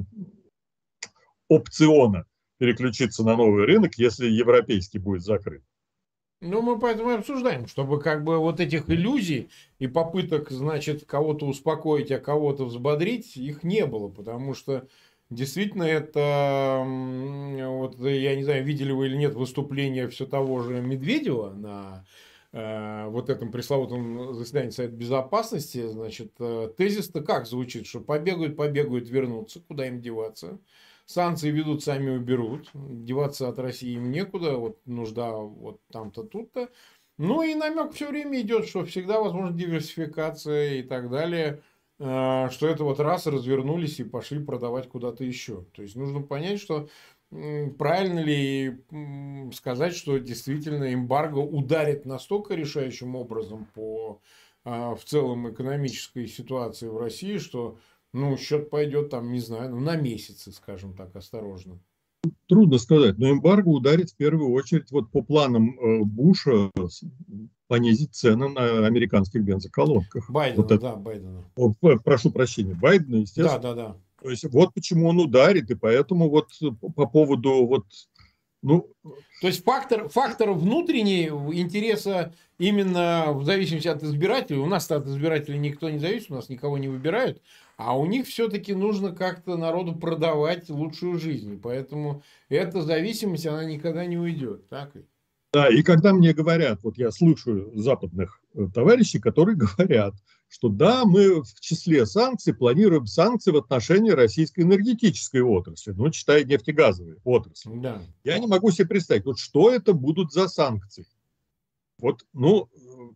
опциона переключиться на новый рынок, если европейский будет закрыт. Ну, мы поэтому и обсуждаем, чтобы как бы вот этих иллюзий и попыток, значит, кого-то успокоить, а кого-то взбодрить, их не было, потому что действительно, это, вот, я не знаю, видели вы или нет выступление все того же Медведева на э, вот этом пресловутом заседании Совета Безопасности. Значит, тезис-то как звучит, что побегают, побегают, вернутся, куда им деваться. Санкции ведут, сами уберут. Деваться от России им некуда, вот нужда вот там-то, тут-то. Ну и намек все время идет, что всегда возможна диверсификация и так далее. Что это вот раз развернулись и пошли продавать куда-то еще. То есть нужно понять, что правильно ли сказать, что действительно эмбарго ударит настолько решающим образом по в целом экономической ситуации в России, что ну, счет пойдет там, не знаю, ну, на месяцы, скажем так, осторожно. Трудно сказать, но эмбарго ударит в первую очередь вот по планам Буша понизить цены на американских бензоколонках. Байдена, вот это, да, Байдена. О, прошу прощения, Байдена, естественно. Да, да, да. То есть вот почему он ударит, и поэтому вот по поводу вот Ну, То есть фактор, фактор внутреннего интереса именно в зависимости от избирателей. У нас от избирателей никто не зависит, у нас никого не выбирают. А у них все-таки нужно как-то народу продавать лучшую жизнь. Поэтому эта зависимость, она никогда не уйдет. Так ведь? да, и когда мне говорят, вот я слышу западных э, товарищей, которые говорят, что да, мы в числе санкций планируем санкции в отношении российской энергетической отрасли, ну, читая нефтегазовой отрасли. Да. Я не могу себе представить, вот что это будут за санкции. Вот, ну,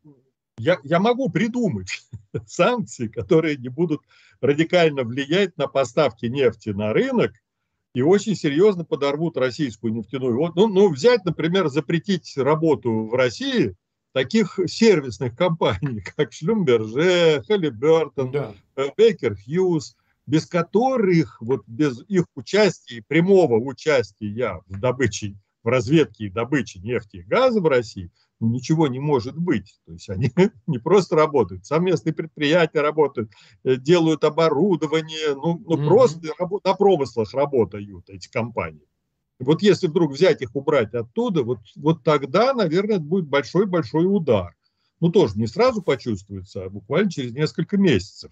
я, я могу придумать санкции, которые не будут радикально влиять на поставки нефти на рынок и очень серьезно подорвут российскую нефтяную. Вот, ну, ну, взять, например, запретить работу в России таких сервисных компаний, как Шлюмберже, Халибертон, Да. Бейкер Хьюз, без которых, вот без их участия, прямого участия в добыче, в разведке и добыче нефти и газа в России, ну, ничего не может быть. То есть они не просто работают, совместные предприятия работают, делают оборудование, ну, ну Угу. просто на промыслах работают эти компании. Вот если вдруг взять их, убрать оттуда, вот, вот тогда, наверное, это будет большой-большой удар. Ну, тоже не сразу почувствуется, а буквально через несколько месяцев.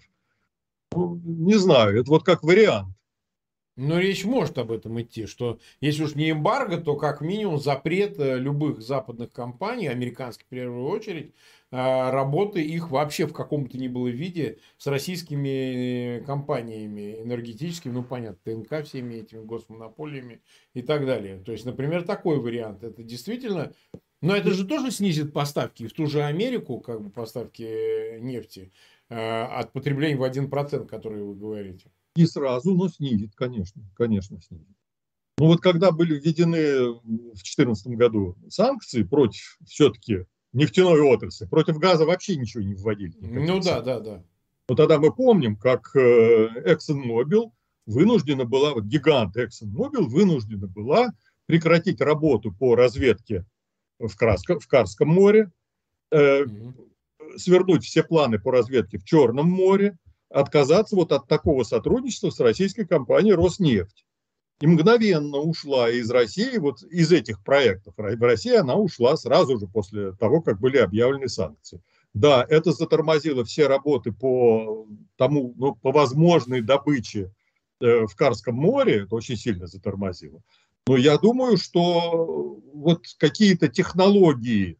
Ну, не знаю, это вот как вариант. Но речь может об этом идти, что если уж не эмбарго, то как минимум запрет любых западных компаний, американских в первую очередь, работы их вообще в каком-то ни было виде с российскими компаниями энергетическими, ну понятно, ТНК всеми этими госмонополиями и так далее. То есть, например, такой вариант. Это действительно... Но это же тоже снизит поставки в ту же Америку, как бы поставки нефти от потребления в один процент, который вы говорите. Не сразу, но снизит, конечно, конечно, снизит. Ну вот когда были введены в две тысячи четырнадцатом году санкции против все-таки нефтяной отрасли, против газа вообще ничего не вводили. Ну да, да, да. Но тогда мы помним, как ExxonMobil вынуждена была, вот гигант ExxonMobil вынуждена была прекратить работу по разведке в, Краско, в Карском море, э, угу. свернуть все планы по разведке в Черном море, отказаться вот от такого сотрудничества с российской компанией «Роснефть». И мгновенно ушла из России, вот из этих проектов. В России она ушла сразу же после того, как были объявлены санкции. Да, это затормозило все работы по тому, ну, по возможной добыче в Карском море, это очень сильно затормозило. Но я думаю, что вот какие-то технологии,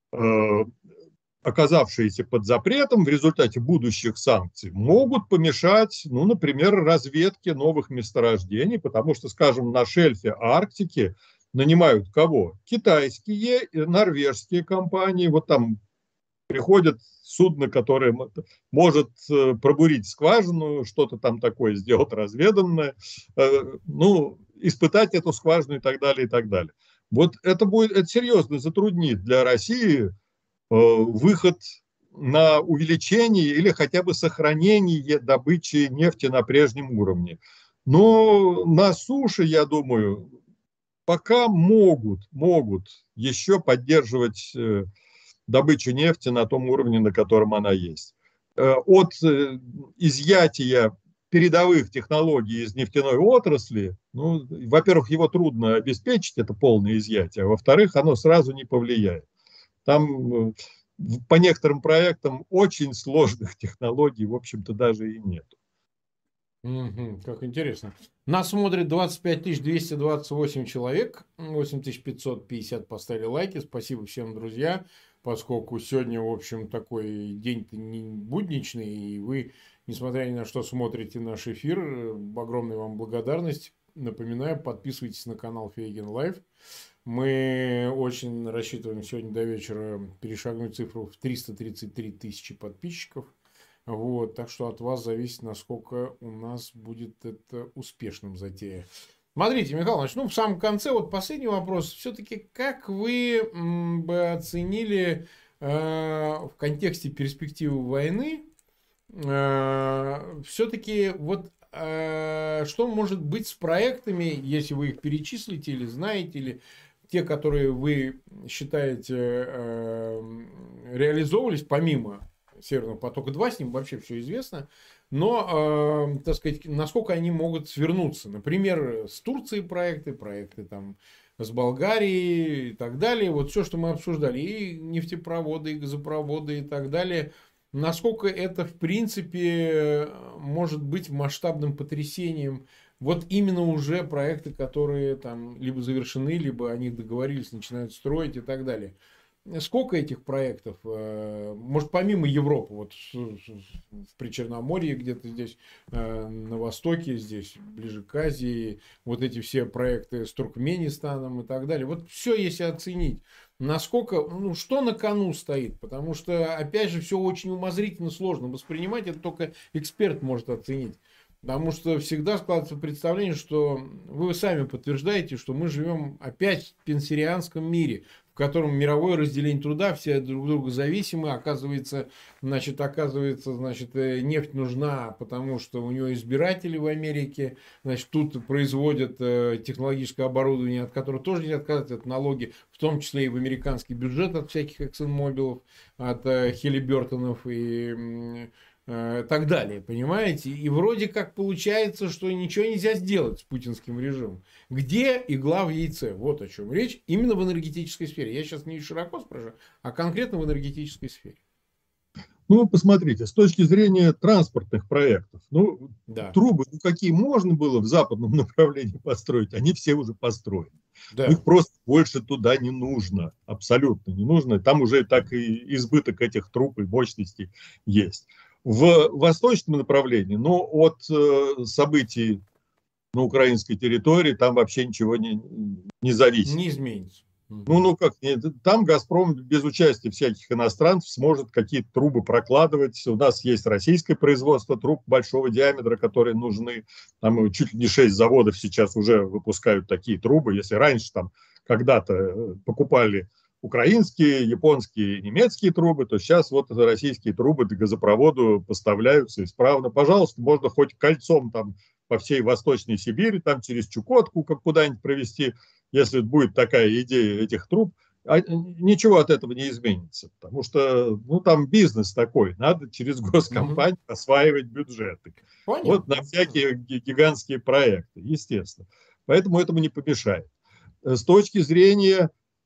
оказавшиеся под запретом в результате будущих санкций, могут помешать, ну, например, разведке новых месторождений, потому что, скажем, на шельфе Арктики нанимают кого? Китайские, норвежские компании. Вот там приходит судно, которое может пробурить скважину, что-то там такое сделать разведанное, ну, испытать эту скважину и так далее, и так далее. Вот это будет, это серьезно затруднит для России выход на увеличение или хотя бы сохранение добычи нефти на прежнем уровне. Но на суше, я думаю, пока могут, могут еще поддерживать добычу нефти на том уровне, на котором она есть. От изъятия передовых технологий из нефтяной отрасли, ну, во-первых, его трудно обеспечить, это полное изъятие, а во-вторых, оно сразу не повлияет. Там по некоторым проектам очень сложных технологий, в общем-то, даже и нет. Угу, как интересно. Нас смотрит двадцать пять тысяч двести двадцать восемь человек, восемь тысяч пятьсот пятьдесят поставили лайки. Спасибо всем, друзья, поскольку сегодня, в общем, такой день-то не будничный, и вы, несмотря ни на что, смотрите наш эфир. Огромная вам благодарность. Напоминаю, подписывайтесь на канал Фейгин Лайв. Мы очень рассчитываем сегодня до вечера перешагнуть цифру в триста тридцать три тысячи подписчиков. Вот, так что от вас зависит, насколько у нас будет это успешным затея. Смотрите, Михаил Иванович, ну в самом конце, вот последний вопрос. Все-таки как вы м, бы оценили э, в контексте перспективы войны, э, все-таки вот э, что может быть с проектами, если вы их перечислите или знаете, или те, которые вы считаете э, реализовывались помимо Северного потока-два, с ним вообще все известно, но, э, так сказать, насколько они могут свернуться. Например, с Турцией проекты, проекты там с Болгарией и так далее. Вот все, что мы обсуждали. И нефтепроводы, и газопроводы и так далее. Насколько это, в принципе, может быть масштабным потрясением. Вот именно уже проекты, которые там либо завершены, либо о них договорились, начинают строить и так далее. Сколько этих проектов? Может, помимо Европы, вот в Причерноморье, где-то здесь на востоке, здесь ближе к Азии, вот эти все проекты с Туркменистаном и так далее. Вот все, если оценить, насколько, ну, что на кону стоит, потому что, опять же, все очень умозрительно сложно воспринимать, это только эксперт может оценить. Потому что всегда складывается представление, что вы сами подтверждаете, что мы живем опять в пенсирианском мире, в котором мировое разделение труда, все друг друга зависимы, оказывается, значит, оказывается, значит, нефть нужна, потому что у него избиратели в Америке, значит, тут производят технологическое оборудование, от которого тоже нельзя отказаться, от налоги, в том числе и в американский бюджет от всяких ExxonMobil, от Хиллибертонов и так далее, понимаете? И вроде как получается, что ничего нельзя сделать с путинским режимом. Где игла в яйце? Вот о чем речь. Именно в энергетической сфере. Я сейчас не широко спрашиваю, а конкретно в энергетической сфере. Ну, посмотрите, с точки зрения транспортных проектов, ну, да. трубы, ну, какие можно было в западном направлении построить, они все уже построены. Да. Их просто больше туда не нужно, абсолютно не нужно. Там уже так и избыток этих труб и мощностей есть. В восточном направлении, ну, от э, событий на украинской территории там вообще ничего не, не зависит. Не изменится. Ну, ну как, там «Газпром» без участия всяких иностранцев сможет какие-то трубы прокладывать. У нас есть российское производство труб большого диаметра, которые нужны. Там чуть ли не шесть заводов сейчас уже выпускают такие трубы. Если раньше там когда-то покупали украинские, японские, немецкие трубы, то сейчас вот российские трубы к газопроводу поставляются исправно. Пожалуйста, можно хоть кольцом там по всей Восточной Сибири, там через Чукотку как куда-нибудь провести, если будет такая идея этих труб, а ничего от этого не изменится, потому что, ну, там бизнес такой, надо через госкомпанию mm-hmm. осваивать бюджеты. Понятно. Вот на всякие гигантские проекты, естественно. Поэтому этому не помешает. С точки зрения,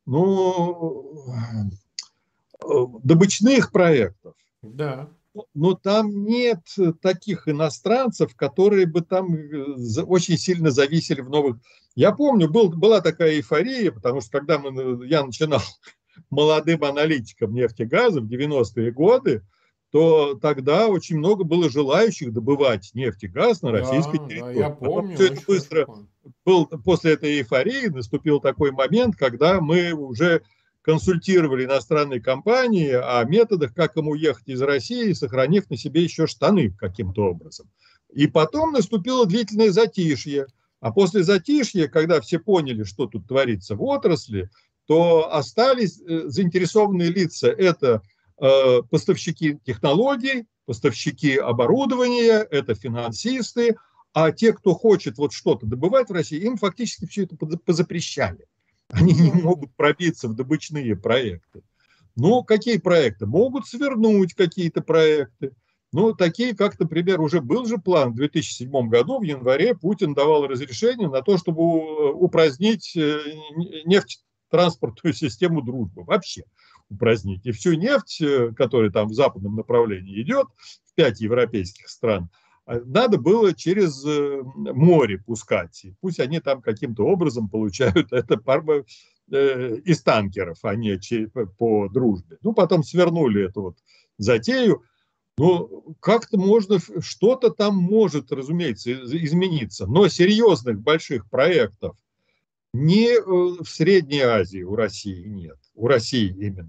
ну, добычных проектов, да. но там нет таких иностранцев, которые бы там очень сильно зависели в новых... Я помню, был, была такая эйфория, потому что когда мы, я начинал молодым аналитиком нефтегаза в девяностые годы, то тогда очень много было желающих добывать нефть и газ на российской да, территории. Да, я помню. Все это быстро был, после этой эйфории наступил такой момент, когда мы уже консультировали иностранные компании о методах, как им уехать из России, сохранив на себе еще штаны каким-то образом. И потом наступило длительное затишье. А после затишья, когда все поняли, что тут творится в отрасли, то остались заинтересованные лица. Это э, поставщики технологий, поставщики оборудования, это финансисты. А те, кто хочет вот что-то добывать в России, им фактически все это позапрещали. Они не могут пробиться в добычные проекты. Ну, какие проекты? Могут свернуть какие-то проекты. Ну, такие, как, например, уже был же план в две тысячи седьмом году, в январе Путин давал разрешение на то, чтобы упразднить нефтетранспортную систему дружбы. Вообще упразднить. И всю нефть, которая там в западном направлении идет, в пять европейских стран, надо было через море пускать. И пусть они там каким-то образом получают это из танкеров, а не по дружбе. Ну, потом свернули эту вот затею. Ну, как-то можно, что-то там может, разумеется, измениться. Но серьезных больших проектов ни в Средней Азии у России нет. У России именно.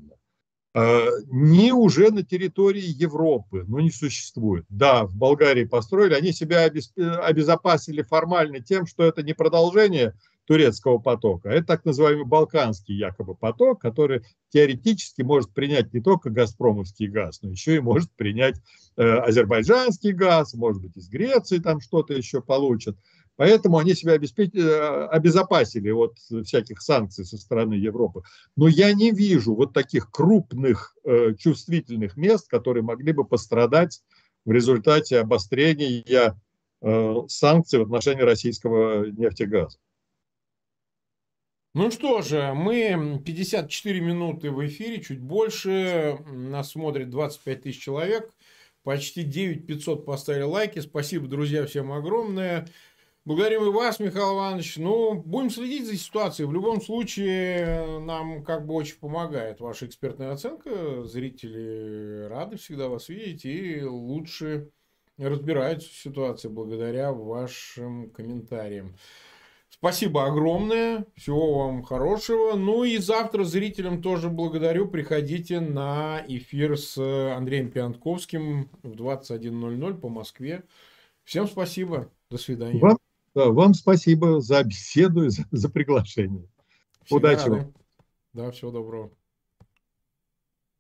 Ни уже на территории Европы, ну, не существует. Да, в Болгарии построили, они себя обезопасили формально тем, что это не продолжение турецкого потока, а это так называемый балканский якобы поток, который теоретически может принять не только газпромовский газ, но еще и может принять э, азербайджанский газ, может быть, из Греции там что-то еще получат. Поэтому они себя обезопасили от всяких санкций со стороны Европы. Но я не вижу вот таких крупных э, чувствительных мест, которые могли бы пострадать в результате обострения э, санкций в отношении российского нефтегаза. Ну что же, мы пятьдесят четыре минуты в эфире, чуть больше. Нас смотрит двадцать пять тысяч человек. Почти девять тысяч пятьсот поставили лайки. Спасибо, друзья, всем огромное. Благодарим и вас, Михаил Иванович. Ну, будем следить за ситуацией. В любом случае, нам как бы очень помогает ваша экспертная оценка. Зрители рады всегда вас видеть и лучше разбираются в ситуации благодаря вашим комментариям. Спасибо огромное. Всего вам хорошего. Ну и завтра зрителям тоже благодарю. Приходите на эфир с Андреем Пиантковским в двадцать один ноль ноль по Москве. Всем спасибо. До свидания. Вам, да, вам спасибо за беседу и за, за приглашение. Всегда Удачи рады. вам. Да, всего доброго.